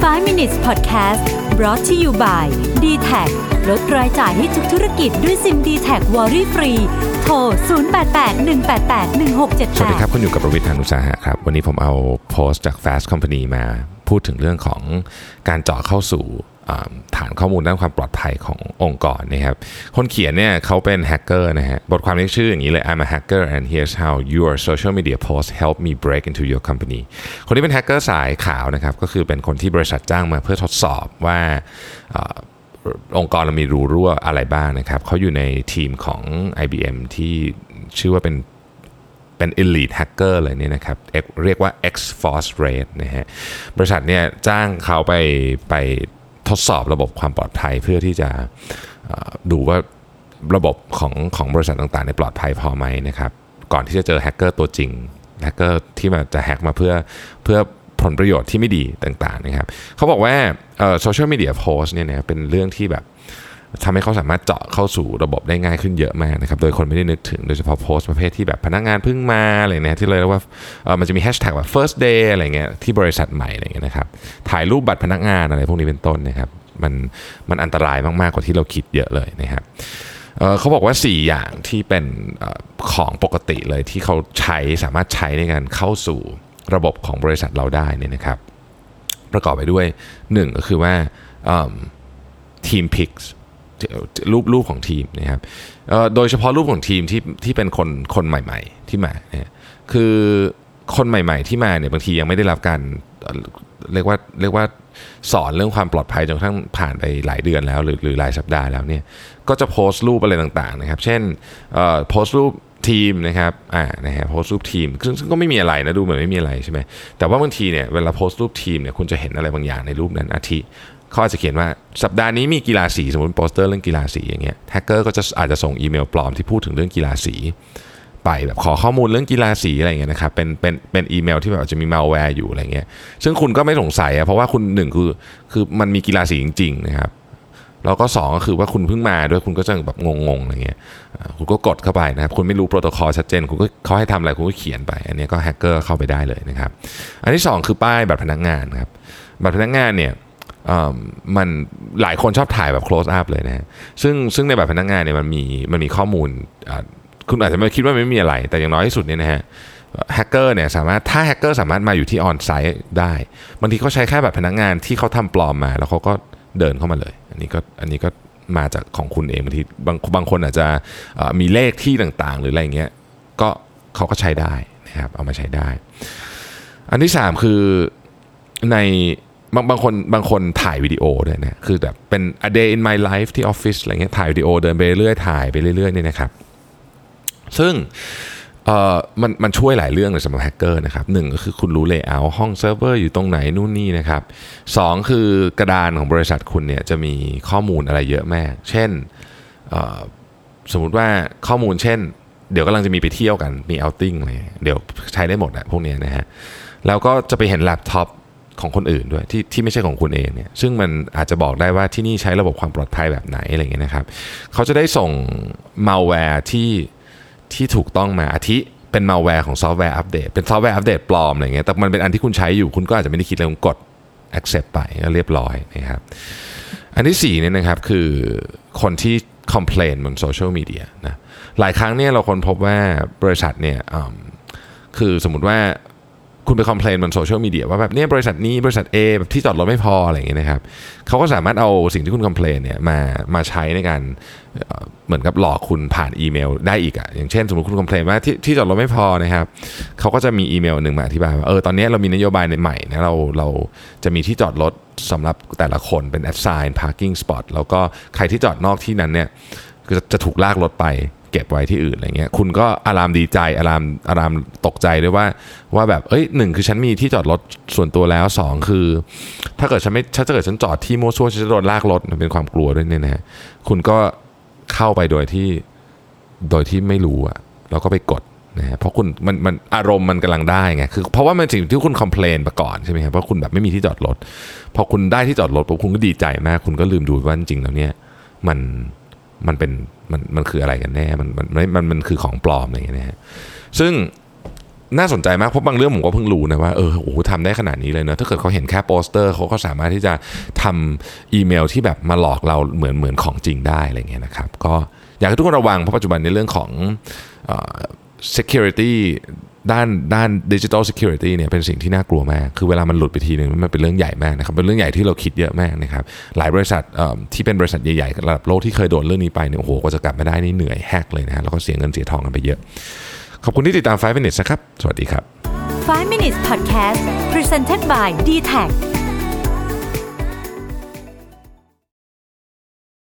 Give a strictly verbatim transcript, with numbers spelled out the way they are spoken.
five minutes podcast brought to you by ดี แท็ก ลดรายจ่ายให้ทุกธุรกิจด้วยซิม ดี แท็ก Worry Free โทรศูนย์ แปด แปด หนึ่ง แปด แปด หนึ่ง หก เจ็ด แปดสวัสดีครับคุณอยู่กับประวิทย์ หาญอุตสาหะครับวันนี้ผมเอาโพสต์จาก Fast Company มาพูดถึงเรื่องของการเจาะเข้าสู่ฐานข้อมูลด้านความปลอดภัยขององค์กรนะครับคนเขียนเนี่ยเขาเป็นแฮกเกอร์นะฮะบทความนี้ชื่ออย่างนี้เลย I'm a hacker and here's how your social media posts help me break into your company คนที่เป็นแฮกเกอร์สายขาวนะครับก็คือเป็นคนที่บริษัทจ้างมาเพื่อทดสอบว่าองค์กรเรามีรูรั่วอะไรบ้างนะครับเขาอยู่ในทีมของ ไอ บี เอ็ม ที่ชื่อว่าเป็นเป็น elite hacker เลยเนี่ยนะครับเรียกว่า X-Force Rate นะฮะบริษัทเนี่ยจ้างเขาไปไปทดสอบระบบความปลอดภัยเพื่อที่จะดูว่าระบบของของบริษัทต่างๆในปลอดภัยพอไหมนะครับก่อนที่จะเจอแฮกเกอร์ตัวจริงแฮกเกอร์ที่มาจะแฮกมาเพื่อเพื่อผลประโยชน์ที่ไม่ดีต่างๆนะครับเขาบอกว่าโซเชียลมีเดียโพสต์เนี่ยนะเป็นเรื่องที่แบบทำให้เขาสามารถเจาะเข้าสู่ระบบได้ง่ายขึ้นเยอะมากนะครับโดยคนไม่ได้นึกถึงโดยเฉพาะโพสต์ประเภทที่แบบพนักงานเพิ่งมาอะไรเนี่ยที่เรียกว่าเออมันจะมีแฮชแท็กแบบ first day อะไรเงี้ยที่บริษัทใหม่อะไรเงี้ยนะครับถ่ายรูปบัตรพนักงานอะไรพวกนี้เป็นต้นนะครับมันมันอันตรายมากๆกว่าที่เราคิดเยอะเลยนะครับ เอ่อ เขาบอกว่าสี่อย่างที่เป็นของปกติเลยที่เขาใช้สามารถใช้ในการเข้าสู่ระบบของบริษัทเราได้เนี่ยนะครับประกอบไปด้วยหนึ่งก็คือว่าทีมพิกส์รูปรูปของทีมนะครับโดยเฉพาะรูปของทีมที่ที่เป็นคนคนใหม่ๆที่มาเนี่ยคือคนใหม่ๆที่มาเนี่ยบางทียังไม่ได้รับการเรียกว่าเรียกว่าสอนเรื่องความปลอดภัยจนกระทั่งผ่านไปหลายเดือนแล้วหรือหรือหลายสัปดาห์แล้วเนี่ยก็จะโพสต์รูปอะไรต่างๆนะครับเช่นโพสต์รูปทีมนะครับอ่านะฮะโพสต์รูปทีมซึ่งซึ่งก็ไม่มีอะไรนะดูเหมือนไม่มีอะไรใช่ไหมแต่ว่าบางทีเนี่ยเวลาโพสต์รูปทีมเนี่ยคุณจะเห็นอะไรบางอย่างในรูปนั้นอาทิเขาอาจจะเขียนว่าสัปดาห์นี้มีกีฬาสีสมมติโปสเตอร์เรื่องกีฬาสีอย่างเงี้ยแฮกเกอร์ก็จะอาจจะส่งอีเมลปลอมที่พูดถึงเรื่องกีฬาสีไปแบบขอข้อมูลเรื่องกีฬาสีอะไรเงี้ยนะครับเป็นเป็นเป็นอีเมลที่แบบจะมีมัลแวร์อยู่อะไรเงี้ยซึ่งคุณก็ไม่สงสัยเพราะว่าคุณหนึ่งคือคือมันมีกีฬาสีจริงๆนะครับแล้วก็สองก็คือว่าคุณเพิ่งมาด้วยคุณก็จะแบบงงๆอะไรเงี้ยคุณก็กดเข้าไปนะครับคุณไม่รู้โปรโตคอลชัดเจนคุณก็เขาให้ทำอะไรคุณก็เขียนไปอันนี้ก็แฮกเกอร์เข้าไปได้เลยนะครับอันที่สองคือป้ายบัตรพนักงานครับบัตรพนักงานเนี่ยมันหลายคนชอบถ่ายแบบ close up เลยนะซึ่งซึ่งในบัตรพนักงานเนี่ยมันมีมันมีข้อมูลคุณอาจจะไม่คิดว่าไม่มีอะไรแต่อย่างน้อยที่สุดเนี่ยนะฮะแฮกเกอร์เนี่ยสามารถถ้าแฮกเกอร์สามารถมาอยู่ที่ออนไซต์ได้บางทีเขาใช้แค่บัตรพนักงานที่เขาทำปลอมมาแล้วเขาก็เดินเข้ามาเลยอันนี้ก็อันนี้ก็มาจากของคุณเองบางทีบางบางคนอาจจะมีเลขที่ต่างๆหรืออะไรเงี้ยก็เขาก็ใช้ได้นะครับเอามาใช้ได้อันที่สามคือในบางบางคนบางคนถ่ายวิดีโอด้วยนะคือแบบเป็น a day in my life ที่ออฟฟิศอะไรเงี้ยถ่ายวิดีโอเดินไปเรื่อยถ่ายไปเรื่อยๆเนี่ยนะครับซึ่งเอ่อมันมันช่วยหลายเรื่องเลยสำหรับแฮกเกอร์นะครับหนึ่งก็คือคุณรู้เลเยอร์ห้องเซิร์ฟเวอร์อยู่ตรงไหนนู่นนี่นะครับสองคือกระดานของบริษัทคุณเนี่ยจะมีข้อมูลอะไรเยอะมากเช่นสมมุติว่าข้อมูลเช่นเดี๋ยวกำลังจะมีไปเที่ยวกันมีเอาติ้งอะไรเดี๋ยวใช้ได้หมดอะพวกนี้นะฮะแล้วก็จะไปเห็นแล็ปท็อปของคนอื่นด้วยที่ที่ไม่ใช่ของคุณเองเนี่ยซึ่งมันอาจจะบอกได้ว่าที่นี่ใช้ระบบความปลอดภัยแบบไหนอะไรเงี้ยนะครับเขาจะได้ส่งมัลแวร์ที่ที่ถูกต้องมาอาทิเป็นมัลแวร์ของซอฟต์แวร์อัปเดตเป็นซอฟต์แวร์อัปเดตปลอมอะไรเงี้ยแต่มันเป็นอันที่คุณใช้อยู่คุณก็อาจจะไม่ได้คิดเลยคุณกด accept ไปก็เรียบร้อยนะครับอันที่สี่เนี่ยนะครับคือคนที่ complain บนโซเชียลมีเดียนะหลายครั้งเนี่ยเราคนพบว่าบริษัทเนี่ยคือสมมุติว่าคุณไปคอมเพลนบนโซเชียลมีเดียว่าแบบเนี่ยบริษัทนี้บริษัท A แบบที่จอดรถไม่พออะไรอย่างเงี้ยนะครับเขาก็สามารถเอาสิ่งที่คุณคอมเพลนเนี่ยมามาใช้ในการเหมือนกับหลอกคุณผ่านอีเมลได้อีกอ่ะอย่างเช่นสมมติคุณคอมเพลนว่าที่ที่จอดรถไม่พอนะครับเขาก็จะมีอีเมลหนึ่งมาอธิบายว่าเออตอนนี้เรามีนโยบายใหม่นะเราเราจะมีที่จอดรถสำหรับแต่ละคนเป็น assign parking spot แล้วก็ใครที่จอดนอกที่นั้นเนี่ยจะจะถูกลากรถไปเก็บไว้ที่อื่นอะไรเงี้ยคุณก็อารามดีใจอารามอารามตกใจด้วยว่าว่าแบบเอ้ยหนึ่งคือฉันมีที่จอดรถส่วนตัวแล้วสองคือถ้าเกิดฉันไม่ถ้าเกิดฉันจอดที่มั่วซั่วฉันจะโดนลากรถมันเป็นความกลัวด้วยเนี่ยนะคุณก็เข้าไปโดยที่โดยที่ไม่รู้อะแล้วก็ไปกดนะฮะเพราะคุณมันมันอารมณ์มันกำลังได้ไงคือเพราะว่ามันสิ่งที่คุณคอมเพลนมาก่อนใช่ไหมครับเพราะคุณแบบไม่มีที่จอดรถพอคุณได้ที่จอดรถปุ๊บคุณก็ดีใจมากคุณก็ลืมดูว่าจริงๆแล้วเนี่ยมันมันเป็นมันมันคืออะไรกันแน่มันมันมันมันคือของปลอมอะไรอย่างเงี้ยนะฮะซึ่งน่าสนใจมากเพราะบางเรื่องผมก็เพิ่งรู้นะว่าเออโอ้โหทำได้ขนาดนี้เลยเนอะถ้าเกิดเขาเห็นแค่โปสเตอร์เขาก็สามารถที่จะทำอีเมลที่แบบมาหลอกเราเหมือนเหมือนของจริงได้อะไรเงี้ยนะครับก็อยากให้ทุกคนระวังเพราะปัจจุบันในเรื่องของเอ่อ security ด้านด้าน digital security เนี่ยเป็นสิ่งที่น่ากลัวมากคือเวลามันหลุดไปทีนึงมันเป็นเรื่องใหญ่มากนะครับเป็นเรื่องใหญ่ที่เราคิดเยอะมากนะครับหลายบริษัทที่เป็นบริษัทใหญ่ๆระดับโลกที่เคยโดนเรื่องนี้ไปเนี่ยโอ้โหกว่าจะกลับมาได้นี่เหนื่อยแฮกเลยนะแล้วก็เสียเงินเสียทองกันไปเยอะขอบคุณที่ติดตามไฟว์ minutes นะครับสวัสดีครับไฟว์ minutes podcast presented by ดี แท็ก